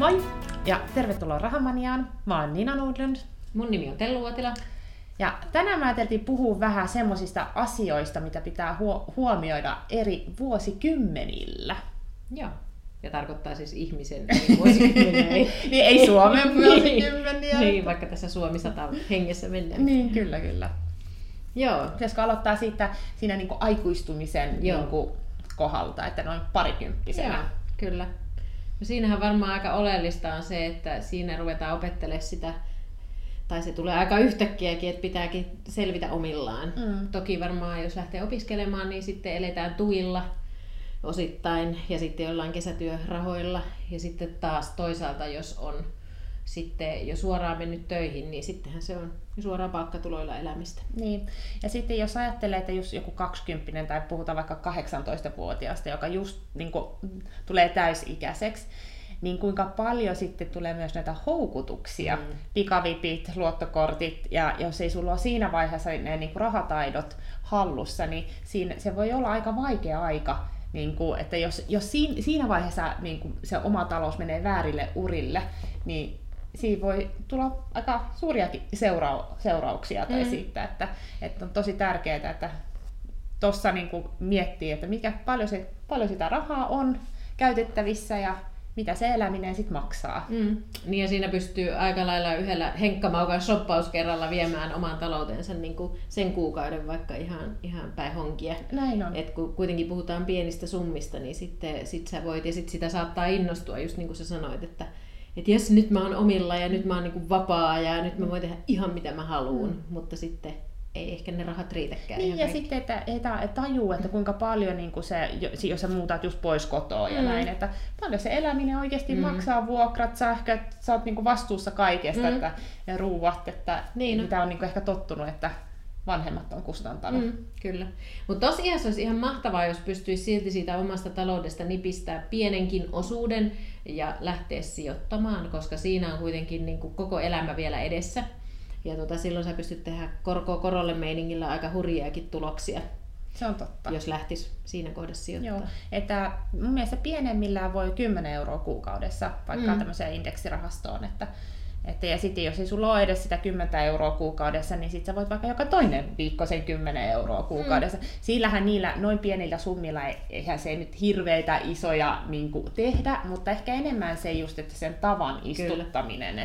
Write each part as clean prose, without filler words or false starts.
Moi ja tervetuloa Rahamaniaan. Mä oon Nina Nordlund. Mun nimi on Tellu Uotila. Ja tänään mä ajateltiin puhua vähän semmosista asioista, mitä pitää huomioida eri vuosikymmenillä. Joo. Ja tarkoittaa siis ihmisen vuosikymmeniä. Niin ei Suomen vuosikymmeniä. Niin, vaikka tässä Suomi 100 hengessä mennään. Niin, kyllä. Joo. Pitäisikö aloittaa siinä niinku aikuistumisen niinku kohdalta, että noin parikymppisenä? Joo, kyllä. No siinähän varmaan aika oleellista on se, että siinä ruvetaan opettelemaan sitä, tai se tulee aika yhtäkkiäkin, että pitääkin selvitä omillaan. Toki varmaan jos lähtee opiskelemaan, niin sitten eletään tuilla osittain ja sitten jollain kesätyörahoilla. Ja sitten taas toisaalta, jos on sitten jo suoraan mennyt töihin, niin sittenhän se on suoraan palkkatuloilla elämistä. Niin. Ja sitten jos ajattelee, että just joku 20 tai puhutaan vaikka 18-vuotiaasta, joka just niin kuin tulee täysikäiseksi, niin kuinka paljon sitten tulee myös näitä houkutuksia, pikavipit, luottokortit, ja jos ei sulla ole siinä vaiheessa ne niin kuin rahataidot hallussa, niin se voi olla aika vaikea aika, niin kuin, että jos siinä vaiheessa niin kuin se oma talous menee väärille urille, niin siinä voi tulla aika suuriakin seurauksia tai siitä, että on tosi tärkeää, että tuossa niin kuin miettii, että paljon sitä rahaa on käytettävissä ja mitä se eläminen sitten maksaa. Niin ja siinä pystyy aika lailla yhdellä henkkamaukan shoppauskerralla viemään oman taloutensa niin kuin sen kuukauden vaikka ihan päin honkia. Näin on. Et kun kuitenkin puhutaan pienistä summista, niin sitten sä voit, ja sitten sitä saattaa innostua, just niin kuin sä sanoit, että jes, nyt mä oon omilla ja nyt mä oon niin kuin vapaa ja nyt mä voin tehdä ihan mitä mä haluun, mutta sitten ei ehkä ne rahat riitäkään. Niin, ja sitten, että ei tajuu, että kuinka paljon niin kuin se, jos sä muutat just pois kotoa ja näin, että paljon se eläminen oikeasti maksaa, vuokrat, sähköt, sä oot niin kuin vastuussa kaikesta, että, ja ruuat, että mitä on niin kuin ehkä tottunut, että vanhemmat on kustantanut. Kyllä. Mutta tosiaan se olisi ihan mahtavaa, jos pystyisi silti siitä omasta taloudesta nipistää pienenkin osuuden ja lähteä sijoittamaan, koska siinä on kuitenkin niin kuin koko elämä vielä edessä. Ja silloin sä pystyt tehdä korkoa korolle meiningillä aika hurjiakin tuloksia. Se on totta. Jos lähtisi siinä kohdassa sijoittaa. Joo, että mun mielestä pienemmillään voi 10 euroa kuukaudessa, vaikka tämmöiseen indeksirahastoon. Ja sitten jos ei sulla ole edes sitä 10 euroa kuukaudessa, niin sit sä voit vaikka joka toinen viikko sen 10 euroa kuukaudessa. Sillähän niillä noin pienillä summilla eihän se nyt hirveitä isoja niin kuin tehdä, mutta ehkä enemmän se just, että sen tavan istuttaminen,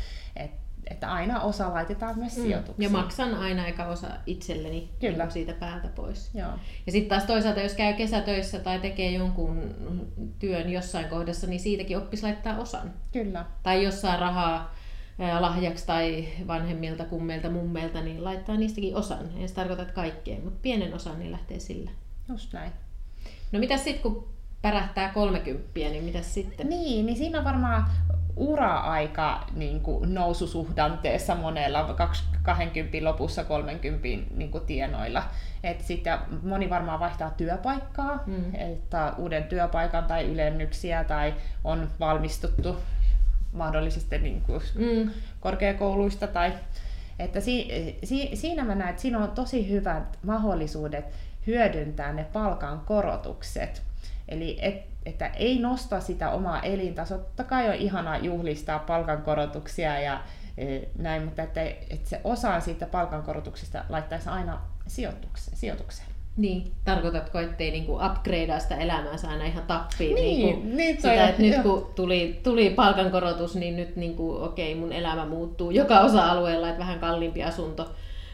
että aina osa laitetaan myös sijoituksiin. Ja maksan aina aika osa itselleni siitä päältä pois. Joo. Ja sitten taas toisaalta, jos käy kesätöissä tai tekee jonkun työn jossain kohdassa, niin siitäkin oppisi laittaa osan. Kyllä. Tai jos saa rahaa lahjaksi tai vanhemmilta, kummeilta, mummeilta, niin laittaa niistäkin osan. En se tarkoita kaikkea, mutta pienen osan niin lähtee sillä. Just näin. No mitäs sitten, kun pärähtää 30, niin mitäs sitten? Niin siinä on varmaan ura-aika niin kuin noususuhdanteessa monella, 20 lopussa 30 niin kuin tienoilla. Et sitten moni varmaan vaihtaa työpaikkaa, että uuden työpaikan tai ylennyksiä tai on valmistuttu mahdollisesti niin kuin korkeakouluista. Että siinä mä näen, että siinä on tosi hyvät mahdollisuudet hyödyntää ne palkankorotukset. Eli että ei nosta sitä omaa elintasoa. Totta kai on ihanaa juhlistaa palkankorotuksia ja näin, mutta että se osaan siitä palkankorotuksesta laittaisi aina sijoitukseen. Niin, tarkoitatko, ettei niinku upgradea sitä elämäänsä aina ihan tappiin? Niin sitä, että nyt kun tuli palkankorotus, niin nyt okei, mun elämä muuttuu joka osa-alueella, että vähän kalliimpi asunto,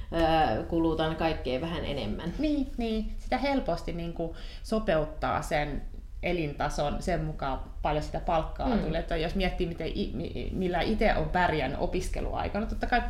kulutan kaikkea vähän enemmän. Niin, sitä helposti niin kuin sopeuttaa sen elintason sen mukaan paljon sitä palkkaa tulee. Että jos miettii, millä itse on pärjännyt opiskeluaikana, totta kai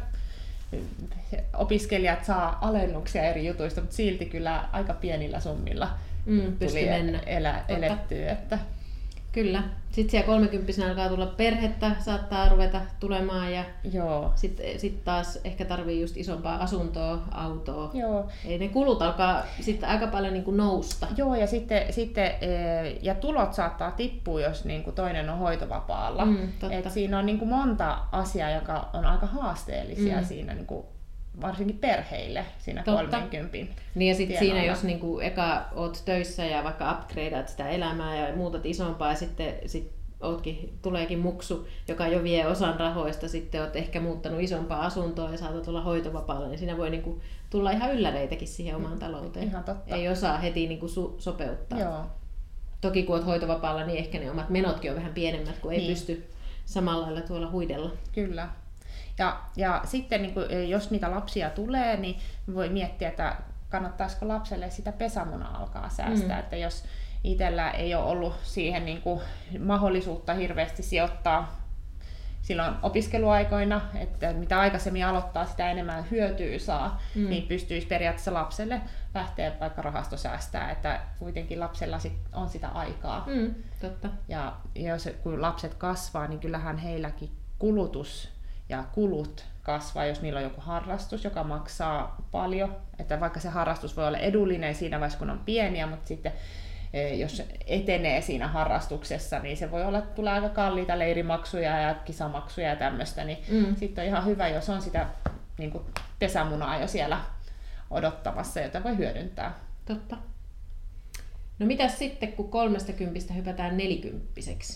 opiskelijat saa alennuksia eri jutuista, mutta silti kyllä aika pienillä summilla tuli elettyä. Että Kyllä. Sitten siellä 30 alkaa tulla perhettä, saattaa ruveta tulemaan ja sitten taas ehkä tarvii just isompaa asuntoa, autoa. Joo. Ei ne kulut alkaa sitten aika paljon niin kuin nousta. Joo, ja sitten ja tulot saattaa tippua, jos niin kuin toinen on hoitovapaalla. Et siinä on niin kuin monta asiaa, joka on aika haasteellisia siinä niin kuin varsinkin perheille siinä 30. Niin ja sitten siinä, jos niinku eka oot töissä ja vaikka upgradeat sitä elämää ja muutat isompaa ja sitten tuleekin muksu, joka jo vie osan rahoista, sitten olet ehkä muuttanut isompaa asuntoa ja saatat olla hoitovapaalla, niin siinä voi niinku tulla ihan ylläreitäkin siihen omaan talouteen. Ihan totta. Ei osaa heti niinku sopeuttaa. Joo. Toki kun olet hoitovapaalla, niin ehkä ne omat menotkin on vähän pienemmät, kun ei pysty samalla lailla tuolla huidella. Kyllä. Ja sitten niin kuin, jos niitä lapsia tulee, niin voi miettiä, että kannattaisiko lapselle sitä pesämunaa alkaa säästää. Että jos itsellä ei ole ollut siihen niin kuin mahdollisuutta hirveästi sijoittaa silloin opiskeluaikoina, että mitä aikaisemmin aloittaa, sitä enemmän hyötyä saa, niin pystyisi periaatteessa lapselle lähteä vaikka rahastosäästää, että kuitenkin lapsella on sitä aikaa. Totta. Ja kun lapset kasvaa, niin kyllähän heilläkin kulutus ja kulut kasvaa, jos niillä on joku harrastus, joka maksaa paljon. Että vaikka se harrastus voi olla edullinen siinä vaiheessa, kun on pieniä, mutta sitten jos etenee siinä harrastuksessa, niin se voi olla, että tulee aika kalliita leirimaksuja ja kisamaksuja ja tämmöistä. Niin sitten on ihan hyvä, jos on sitä niin kuin pesämunaa jo siellä odottamassa, jota voi hyödyntää. Totta. No mitäs sitten, kun 30 hypätään 40?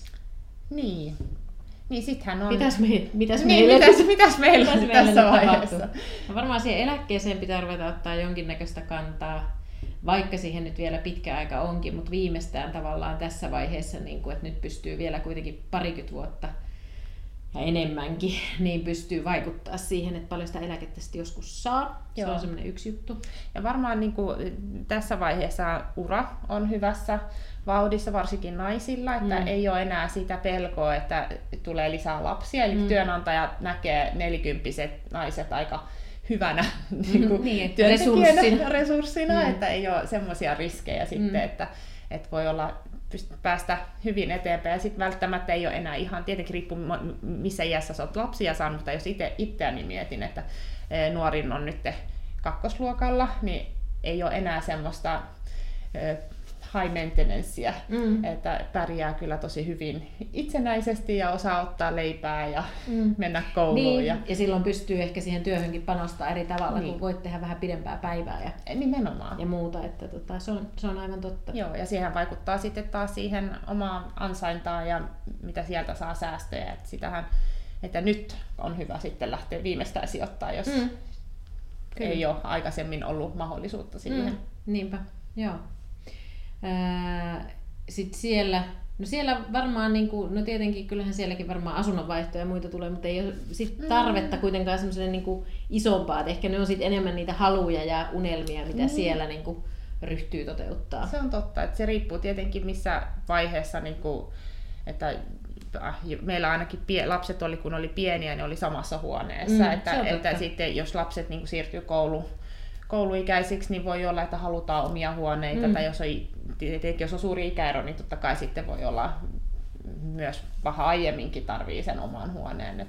Niin sittenhän on... Mitäs meillä tässä vaiheessa? No varmaan siihen eläkkeeseen pitää ruveta ottaa jonkinnäköistä kantaa, vaikka siihen nyt vielä pitkä aika onkin, mutta viimeistään tavallaan tässä vaiheessa, niin kuin, että nyt pystyy vielä kuitenkin 20 vuotta ja enemmänkin, niin pystyy vaikuttaa siihen, että paljon sitä eläkettä sitten joskus saa. Se on semmoinen yksi juttu. Ja varmaan niin kuin, tässä vaiheessa ura on hyvässä vauhdissa, varsinkin naisilla, että ei ole enää sitä pelkoa, että tulee lisää lapsia. Eli työnantaja näkee 40-vuotiaat naiset aika hyvänä työntekijänä, resurssina, että ei ole semmoisia riskejä sitten, että voi olla päästä hyvin eteenpäin. Ja sitten välttämättä ei ole enää ihan, tietenkin riippuu missä iässä sä oot lapsia saanut, mutta jos itseäni mietin, että nuorin on nyt 2. luokalla, niin ei ole enää semmoista high maintenancea, että pärjää kyllä tosi hyvin itsenäisesti ja osaa ottaa leipää ja mennä kouluun. Niin, ja silloin pystyy ehkä siihen työhönkin panostaa eri tavalla, kun voit tehdä vähän pidempää päivää nimenomaan. Ja muuta, että se on aivan totta. Joo, ja siihen vaikuttaa sitten taas siihen omaan ansaintaan ja mitä sieltä saa säästöjä, että nyt on hyvä sitten lähteä viimeistään sijoittaa, jos ei ole aikaisemmin ollut mahdollisuutta siihen. Niinpä, joo. Sitten siellä varmaan, no tietenkin kyllähän sielläkin varmaan asunnonvaihtoja ja muita tulee, mutta ei ole sit tarvetta kuitenkaan semmoiselle niin isompaa, että ehkä ne on sitten enemmän niitä haluja ja unelmia, mitä siellä niin kuin ryhtyy toteuttaa. Se on totta, että se riippuu tietenkin missä vaiheessa, niin kuin, että meillä ainakin lapset kun oli pieniä, ne oli samassa huoneessa, että sitten jos lapset niin kuin siirtyy kouluikäisiksi, niin voi olla, että halutaan omia huoneita, tai jos on suuri ikäero, niin totta kai sitten voi olla myös vähän aiemminkin tarvii sen oman huoneen.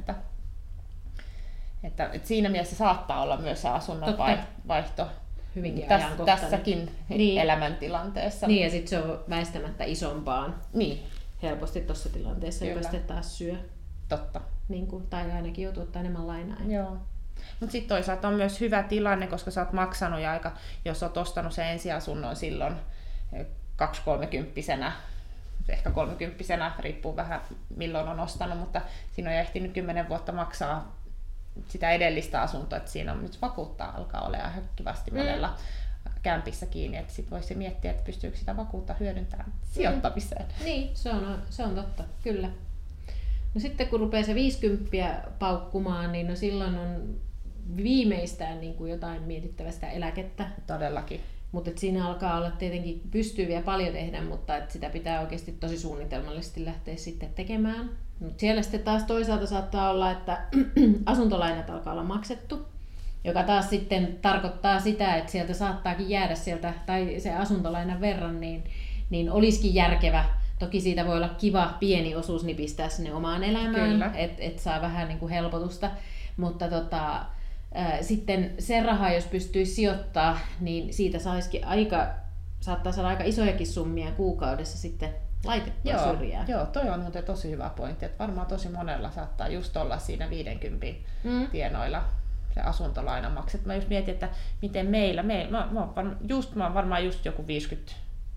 Että siinä mielessä saattaa olla myös se asunnon vaihto hyvinkin tässäkin elämäntilanteessa. Niin, ja sitten se on väistämättä isompaan. Niin. Helposti tuossa tilanteessa, joka sitten taas syö. Totta. Niin kuin, tai ainakin joutuu ottaa enemmän lainaa. Joo. Mutta sitten toisaalta on myös hyvä tilanne, koska sä oot maksanut jos oot ostanut sen ensiasunnon silloin 2-30-vuotiaana, ehkä 30-vuotiaana, riippuu vähän milloin on ostanut, mutta siinä on jo ehtinyt 10 vuotta maksaa sitä edellistä asuntoa, että siinä on nyt vakuuttaa alkaa olemaan hökkivasti monella kämpissä kiinni, että sitten voisi miettiä, että pystyykö sitä vakuutta hyödyntämään sijoittamiseen. Niin, se on totta, kyllä. No sitten kun rupeaa se 50 paukkumaan, niin silloin on viimeistään niin kuin jotain mietittävä sitä eläkettä. Todellakin. Mutta siinä alkaa olla tietenkin, pystyy vielä paljon tehdä, mutta että sitä pitää oikeasti tosi suunnitelmallisesti lähteä sitten tekemään. Mut siellä sitten taas toisaalta saattaa olla, että asuntolainat alkaa olla maksettu, joka taas sitten tarkoittaa sitä, että sieltä saattaakin jäädä sieltä, tai se asuntolainan verran, niin olisikin järkevä. Toki siitä voi olla kiva pieni osuus nipistää sinne omaan elämään, että saa vähän niin kuin helpotusta, mutta sitten se raha, jos pystyisi sijoittaa, niin siitä saattaa saada aika isojakin summia kuukaudessa sitten laitettua syrjään. Joo, toi on muuten tosi hyvä pointti, että varmaan tosi monella saattaa just olla siinä 50 tienoilla se asuntolaina makset. Mä just mietin, että miten mä oon varmaan just joku 50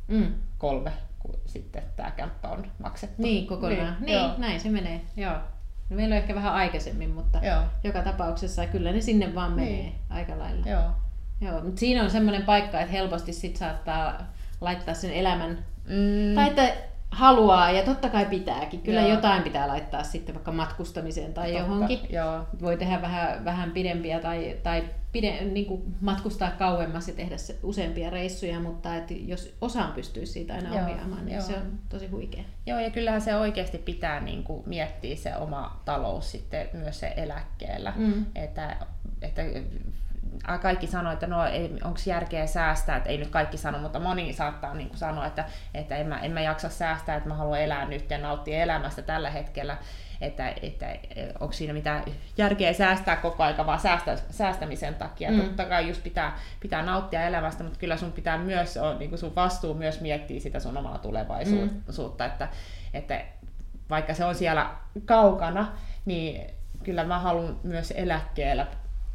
3, kun sitten tämä kämppä on maksettu. Niin, kokonaan. Niin, näin se menee. Joo. No, meillä on ehkä vähän aikaisemmin, mutta joka tapauksessa kyllä ne sinne vaan menee aika lailla. Joo, mutta siinä on semmoinen paikka, että helposti sit saattaa laittaa sen elämän, tai että haluaa, ja totta kai pitääkin. Kyllä jotain pitää laittaa sitten vaikka matkustamiseen tai johonkin. Voi tehdä vähän pidempiä tai niin kuin matkustaa kauemmas ja tehdä useampia reissuja, mutta että jos osaan pystyisi siitä aina ohjaamaan, niin se on tosi huikea. Joo, ja kyllähän se oikeasti pitää niin kuin miettiä se oma talous sitten myös se eläkkeellä. Että kaikki sanoo, että no onko järkeä säästää, että ei nyt kaikki sano, mutta moni saattaa niin kuin sanoa, että en mä jaksa säästää, että mä haluan elää nyt ja nauttia elämästä tällä hetkellä, että onko siinä mitään järkeä säästää koko aika vaan säästämisen takia. Totta kai just pitää nauttia elämästä, mutta kyllä sun pitää myös, niin kuin sun vastuu myös miettiä sitä sun omaa tulevaisuutta, että vaikka se on siellä kaukana, niin kyllä mä haluan myös eläkkeellä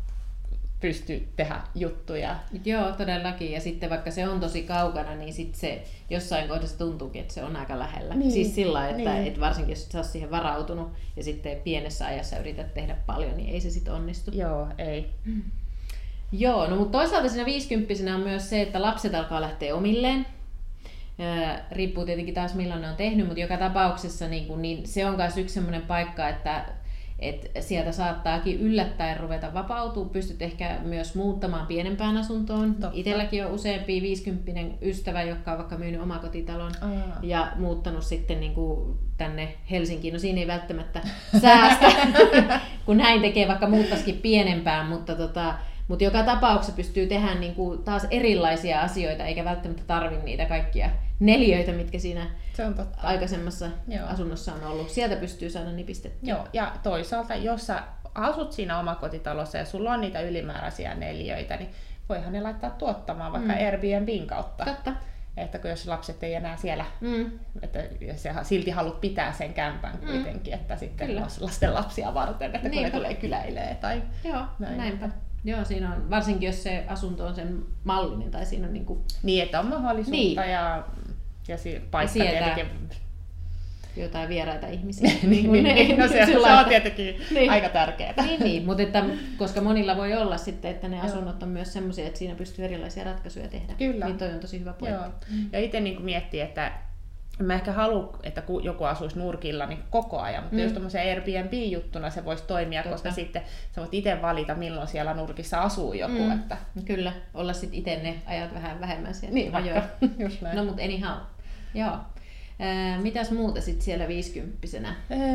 pystyy tehdä juttuja. Joo, todellakin. Ja sitten vaikka se on tosi kaukana, niin sitten se jossain kohdassa tuntuukin, että se on aika lähellä. Niin, siis sillä että varsinkin jos sä oot siihen varautunut ja sitten pienessä ajassa yrität tehdä paljon, niin ei se sitten onnistu. Joo, ei. Joo, no mutta toisaalta siinä 50-vuotiaana on myös se, että lapset alkaa lähteä omilleen. Riippuu tietenkin taas milloin ne on tehnyt, mutta joka tapauksessa niin se on myös yksi sellainen paikka, että sieltä saattaakin yllättäen ruveta vapautua. Pystyt ehkä myös muuttamaan pienempään asuntoon. Itselläkin on useampi 50 ystävä, joka on vaikka myynyt omakotitalon ja muuttanut sitten niin kuin tänne Helsinkiin. No siinä ei välttämättä säästä, kun näin tekee, vaikka muuttaisikin pienempään, mutta joka tapauksessa pystyy tehdä niin kuin taas erilaisia asioita, eikä välttämättä tarvitse niitä kaikkia neliöitä, mitkä siinä aikaisemmassa asunnossa on ollut. Sieltä pystyy saada nipistettyä. Joo, ja toisaalta, jos sä asut siinä omakotitalossa ja sulla on niitä ylimääräisiä neliöitä, niin voihan ne laittaa tuottamaan vaikka Airbnbin kautta. Totta. Että kun jos lapset ei enää siellä, että silti haluat pitää sen kämpän kuitenkin, että sitten lasten lapsia varten, että kun ne tulee kyläilee tai näinpä. Joo, siinä on, varsinkin jos se asunto on sen mallinen tai siinä on niin että on mahdollisuutta ja paikka tietenkin jotain vieraita ihmisiä. No se on tietenkin aika tärkeää. Niin, mutta koska monilla voi olla sitten, että ne asunnot on myös semmoisia, että siinä pystyy erilaisia ratkaisuja tehdä. Kyllä. Niin toi on tosi hyvä pointti. Ja itse niin miettii, että mä ehkä haluan, että joku asuisi nurkilla niin koko ajan, mutta jos tommoisen Airbnb-juttuna se voisi toimia, koska sitten sä voit itse valita, milloin siellä nurkissa asuu joku. Että kyllä, olla sitten itse ne ajat vähän vähemmän siellä. Niin, vaikka. Just näin. No, mutta anyhow. Joo. Mitäs muuta sitten siellä 50-vuotiaana?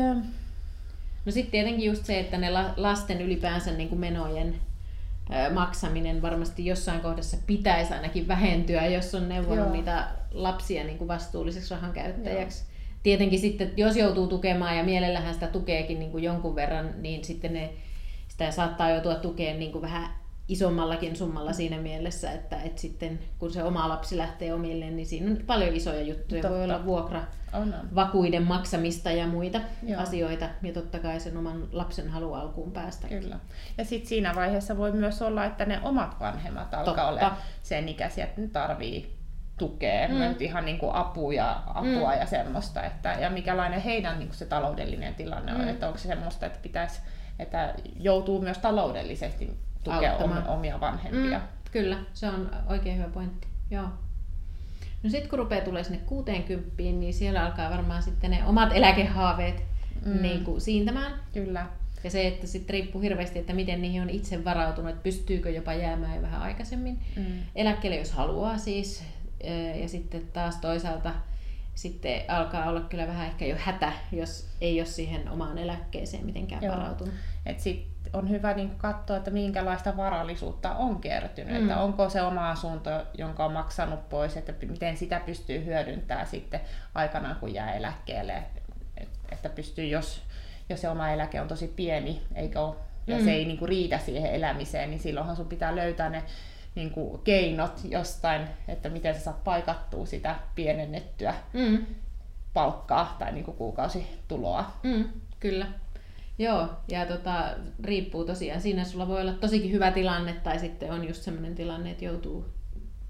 No sitten tietenkin just se, että ne lasten ylipäänsä niin kuin menojen maksaminen varmasti jossain kohdassa pitäisi ainakin vähentyä, jos on neuvonut niitä lapsia niin kuin vastuulliseksi rahan käyttäjäksi. Tietenkin sitten, jos joutuu tukemaan ja mielellähän sitä tukeekin niin kuin jonkun verran, niin sitten sitä saattaa joutua tukemaan niin kuin vähän isommallakin summalla siinä mielessä, että sitten kun se oma lapsi lähtee omille, niin siinä on paljon isoja juttuja. Totta. Voi olla vuokravakuiden maksamista ja muita asioita, ja totta kai sen oman lapsen halu alkuun päästä. Kyllä. Ja sitten siinä vaiheessa voi myös olla, että ne omat vanhemmat alkaa olla sen ikäisiä, että ne tarvii tukea, nyt ihan niin kuin apua ja semmoista, ja mikälainen heidän niin kuin se taloudellinen tilanne on, että onko se semmoista, että joutuu myös taloudellisesti tukea omia vanhempia. Kyllä, se on oikein hyvä pointti. Joo. No sitten kun rupeaa tulee sinne 60, niin siellä alkaa varmaan sitten ne omat eläkehaaveet niin kuin siintämään. Kyllä. Ja se, että sitten riippuu hirveästi, että miten niihin on itse varautunut, että pystyykö jopa jäämään jo vähän aikaisemmin eläkkeelle, jos haluaa siis. Ja sitten taas toisaalta sitten alkaa olla kyllä vähän ehkä jo hätä, jos ei ole siihen omaan eläkkeeseen mitenkään varautunut. Et sit on hyvä niin katsoa, että minkälaista varallisuutta on kertynyt, että onko se oma asunto, jonka on maksanut pois, että miten sitä pystyy hyödyntämään sitten aikanaan, kun jää eläkkeelle, että pystyy, jos se oma eläke on tosi pieni, eikä ole, ja se ei niin kuin riitä siihen elämiseen, niin silloinhan sun pitää löytää ne niin kuin keinot jostain, että miten sä saat paikattua sitä pienennettyä palkkaa tai niin kuin kuukausituloa. Kyllä. Joo, ja riippuu tosiaan. Siinä sulla voi olla tosikin hyvä tilanne, tai sitten on just sellainen tilanne, että joutuu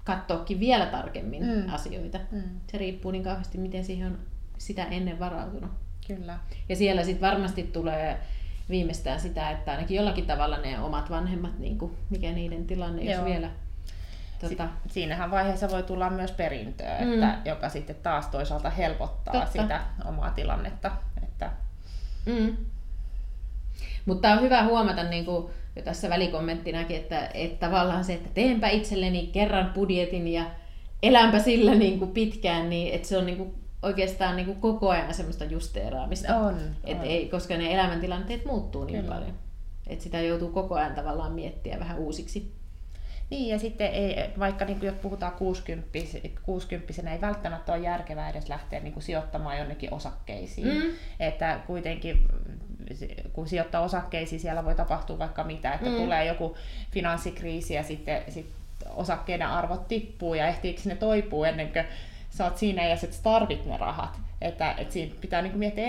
katsoakin vielä tarkemmin asioita. Se riippuu niin kauheasti, miten siihen on sitä ennen varautunut. Kyllä. Ja siellä sitten varmasti tulee viimeistään sitä, että ainakin jollakin tavalla ne omat vanhemmat, niin kuin, mikä niiden tilanne, jos vielä... Siinähän vaiheessa voi tulla myös perintöä, joka sitten taas toisaalta helpottaa sitä omaa tilannetta. Että... Mutta on hyvä huomata, niin kuin jo tässä välikommenttinakin, että tavallaan se, että teenpä itselleni kerran budjetin ja elänpä sillä niin kuin pitkään, niin että se on niin kuin oikeastaan niin kuin koko ajan semmoista justeeraamista. On. Ei, koska ne elämäntilanteet muuttuu niin paljon. Että sitä joutuu koko ajan tavallaan miettiä vähän uusiksi. Niin, ja sitten vaikka niin kuin, jos puhutaan 60-vuotiaana, ei välttämättä ole järkevää edes lähteä niin kuin, sijoittamaan jonnekin osakkeisiin. Että kuitenkin, kun sijoittaa osakkeisiin, siellä voi tapahtua vaikka mitä, että tulee joku finanssikriisi ja sitten osakkeiden arvot tippuu ja ehtiikö ne toipuu ennen kuin sä oot siinä ja sit tarvit ne rahat. Että siinä pitää niinku miettiä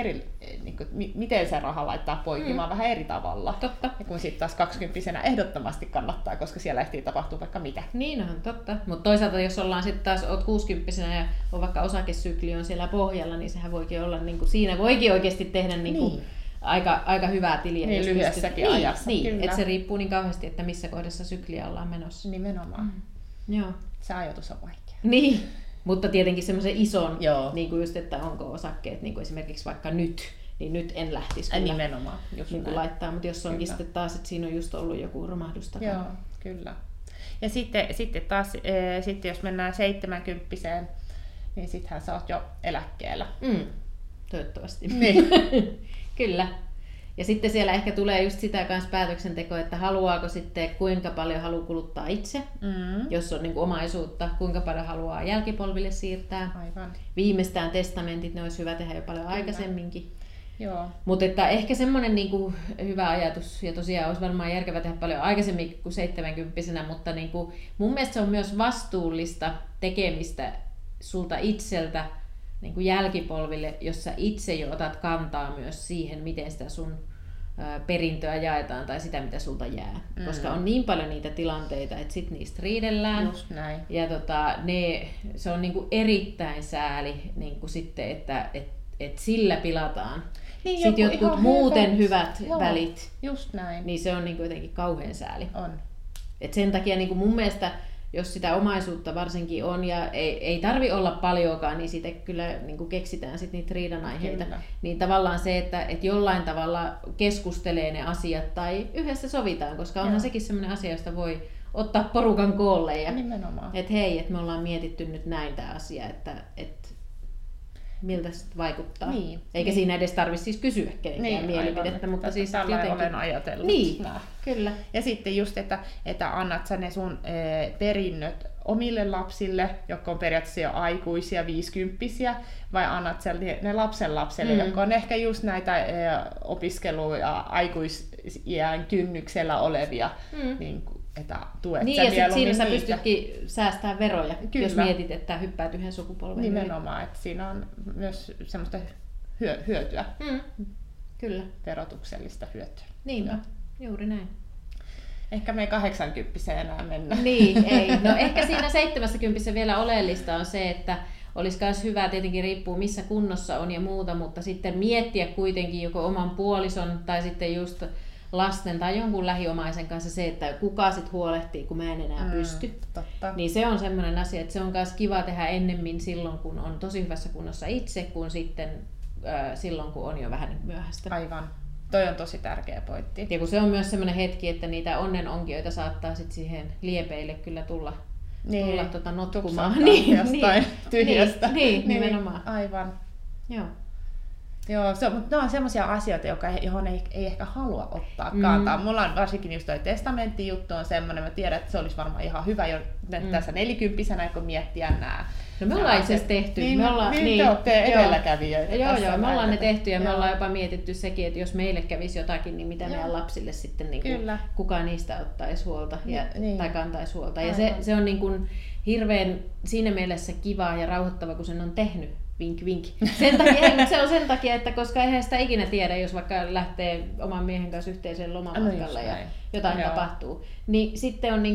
miten se raha laittaa poikimaan vähän eri tavalla. Totta. Ja kun sitten taas 20-vuotiaana ehdottomasti kannattaa, koska siellä ehtii tapahtua vaikka mitä. Niin on, totta. Mutta toisaalta jos ollaan sitten taas, oot 60-vuotiaana ja on vaikka osakesykli on siellä pohjalla, niin sehän voikin olla, niinku, siinä voikin oikeasti tehdä niinku aika hyvää tiliä. Niin lyhyessäkin ajassa. Niin, että se riippuu niin kauheasti, että missä kohdassa sykliä ollaan menossa. Nimenomaan. Joo. Se ajatus on vaikea. Niin. Mutta tietenkin semmoisen ison, niin kuin just, että onko osakkeet niin kuin esimerkiksi vaikka nyt, niin nyt en lähtisi kyllä nimenomaan, niin laittaa, mutta jos onkin sitten taas, että siinä on just ollut joku romahdus takana. Joo, kyllä. Ja sitten taas, jos mennään 70-vuotiaana, niin sittenhän sä oot jo eläkkeellä. Toivottavasti. Niin. Kyllä. Ja sitten siellä ehkä tulee just sitä kanssa päätöksentekoa, että haluaako sitten, kuinka paljon haluaa kuluttaa itse, jos on niin kuin omaisuutta, kuinka paljon haluaa jälkipolville siirtää. Aivan. Viimeistään testamentit, ne olisi hyvä tehdä jo paljon aikaisemminkin. Joo. Mutta että ehkä semmoinen niin kuin hyvä ajatus, ja tosiaan olisi varmaan järkevää tehdä paljon aikaisemmin kuin 70-vuotiaana, mutta niin kuin mun mielestä se on myös vastuullista tekemistä sulta itseltä, niin kuin jälkipolville, jos sä itse jo otat kantaa myös siihen, miten sitä sun perintöä jaetaan tai sitä, mitä sulta jää. Koska on niin paljon niitä tilanteita, että sit niistä riidellään. Just näin. Ja se on niin kuin erittäin sääli niin kuin sitten, että sillä pilataan. Niin, sitten jotkut muuten hyvät välit. Just näin. Niin se on niin kuin jotenkin kauhean sääli. On. Et sen takia niin kuin mun mielestä jos sitä omaisuutta varsinkin on, ja ei tarvi olla paljoakaan, niin siitä kyllä niin kuin keksitään sit niitä riidanaiheita. Kyllä. Niin tavallaan se, että jollain tavalla keskustelee ne asiat tai yhdessä sovitaan, koska onhan sekin sellainen asia, josta voi ottaa porukan koolle. Ja, että hei, että me ollaan mietitty nyt näin tämä asia, että miltä se vaikuttaa. Niin. Eikä siinä edes tarvitse siis kysyä kenenkään mielipidettä, mutta siis jotenkin olen ajatellut. Niin, kyllä. Ja sitten just, että annat sä ne sun perinnöt omille lapsille, jotka on periaatteessa jo aikuisia, 50-vuotiaita, vai annat sä ne lapsenlapsille, jotka on ehkä just näitä opiskelu- ja aikuisiän kynnyksellä olevia, niin että tuet niin, sä ja sitten siinä niitä. sä pystytkin säästämään veroja, Kyllä. jos mietit, että hyppäät yhden sukupolven. Nimenomaan, että siinä on myös semmoista hyötyä. Kyllä. Verotuksellista hyötyä. Niinpä, juuri näin. Ehkä me ei 80 enää mennä. Niin, ei. No ehkä siinä 70 vielä oleellista on se, että olisi myös hyvä, tietenkin riippuu missä kunnossa on ja muuta, mutta sitten miettiä kuitenkin joko oman puolison tai sitten just lasten tai jonkun lähiomaisen kanssa se, että kuka sit huolehtii, kun mä en enää pysty. Totta. Niin se on semmoinen asia, että se on myös kiva tehdä ennemmin silloin, kun on tosi hyvässä kunnossa itse, kuin sitten silloin, kun on jo vähän myöhäistä. Aivan. Toi on tosi tärkeä pointti. Ja kun se on myös semmoinen hetki, että niitä onnenonkijoita saattaa sit siihen liepeille kyllä tulla notkumaan. Jostain tyhjästä. Niin, nimenomaan. Aivan. Joo. Joo, ne on semmoisia asioita, johon ei ehkä halua ottaa kantaa. Mulla on varsinkin just toi testamenttijuttu on semmoinen, mä tiedän, että se olisi varmaan ihan hyvä jo tässä 40-vuotiaana, kun miettiä nämä. No me ollaan itse asiassa tehty. Niin, te olette edelläkävijöitä. Joo, me ollaan ne tehty ja me ollaan jopa mietitty sekin, että jos meille kävisi jotakin, niin mitä meidän lapsille sitten, niin kuin, kuka niistä ottaisi huolta tai kantaisi huolta. Ja se on niin kuin hirveän siinä mielessä kivaa ja rauhoittava, kun sen on tehnyt. Vink, vink. Se on sen takia, että koska eihän sitä ikinä tiedä, jos vaikka lähtee oman miehen kanssa yhteiseen lomamatkalle ja jotain tapahtuu. Niin sitten on niinku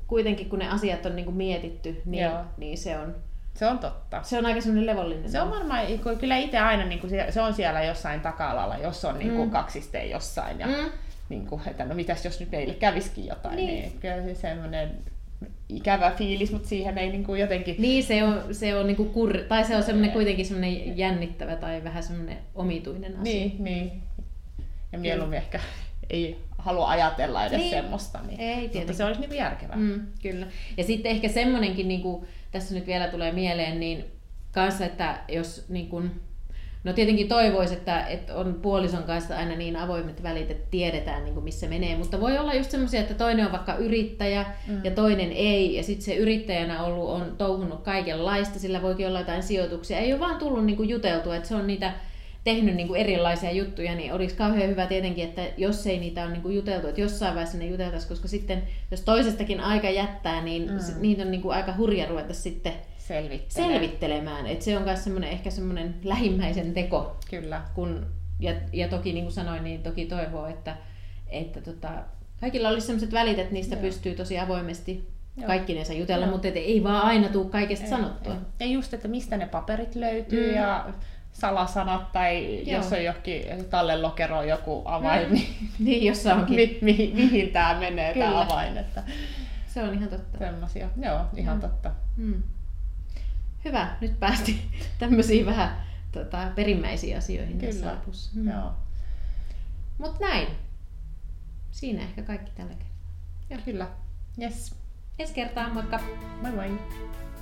kuitenkin kun ne asiat on niin kuin mietitty, niin se on totta. Se on aika semmoinen levollinen. Se on varmaan, kyllä itse aina niin kuin se on siellä jossain taka-alalla, jos on niin kuin kaksisteen jossain. Ja, niin kuin, että no mitäs jos nyt meille kävisikin jotain, niin kyllä se semmoinen ikävä fiilis, mutta siihen ei niin kuin jotenkin... Niin, se on niin kuin tai se on semmoinen kuitenkin semmoinen jännittävä tai vähän semmoinen omituinen asia. Niin. Ja mieluummin ehkä ei halua ajatella edes semmoista, mutta se olisi niin järkevää. Kyllä. Ja sitten ehkä semmoinenkin, niin kuin tässä nyt vielä tulee mieleen, niin kanssa, että jos niin kuin, no tietenkin toivoisi, että on puolison kanssa aina niin avoimet välit, että tiedetään niin kuin missä menee, mutta voi olla just semmoisia, että toinen on vaikka yrittäjä ja toinen ei, ja sitten se yrittäjänä ollut on touhunut kaikenlaista, sillä voikin olla jotain sijoituksia, ei ole vaan tullut niin kuin juteltua, että se on niitä tehnyt niin kuin erilaisia juttuja, niin olisi kauhean hyvä tietenkin, että jos ei niitä ole niin kuin juteltu, että jossain vaiheessa ne juteltaisiin, koska sitten jos toisestakin aika jättää, niin niitä on niin kuin aika hurja ruveta sitten selvittelemään. Et se on myös ehkä semmoinen lähimmäisen teko. Kyllä. Ja toki niin kuin sanoin, niin toki toivoo, että kaikilla olisi sellaiset välit, että niistä pystyy tosi avoimesti kaikkinensa jutella, mutta ei vaan aina tule kaikesta sanottua. Ja just, että mistä ne paperit löytyy ja salasanat tai jos on johonkin tallenlokeroon joku avain, niin jossa onkin. Mihin tämä menee tämä avain. Että se on ihan totta. Semmosia. Joo, ihan totta. Hyvä, nyt päästiin tämmöisiin vähän perimmäisiin asioihin tässä lopussa. Joo. Mut näin. Siinä ehkä kaikki tällä kertaa. Kyllä. Yes. Ensi kertaan, moikka! Moi moi!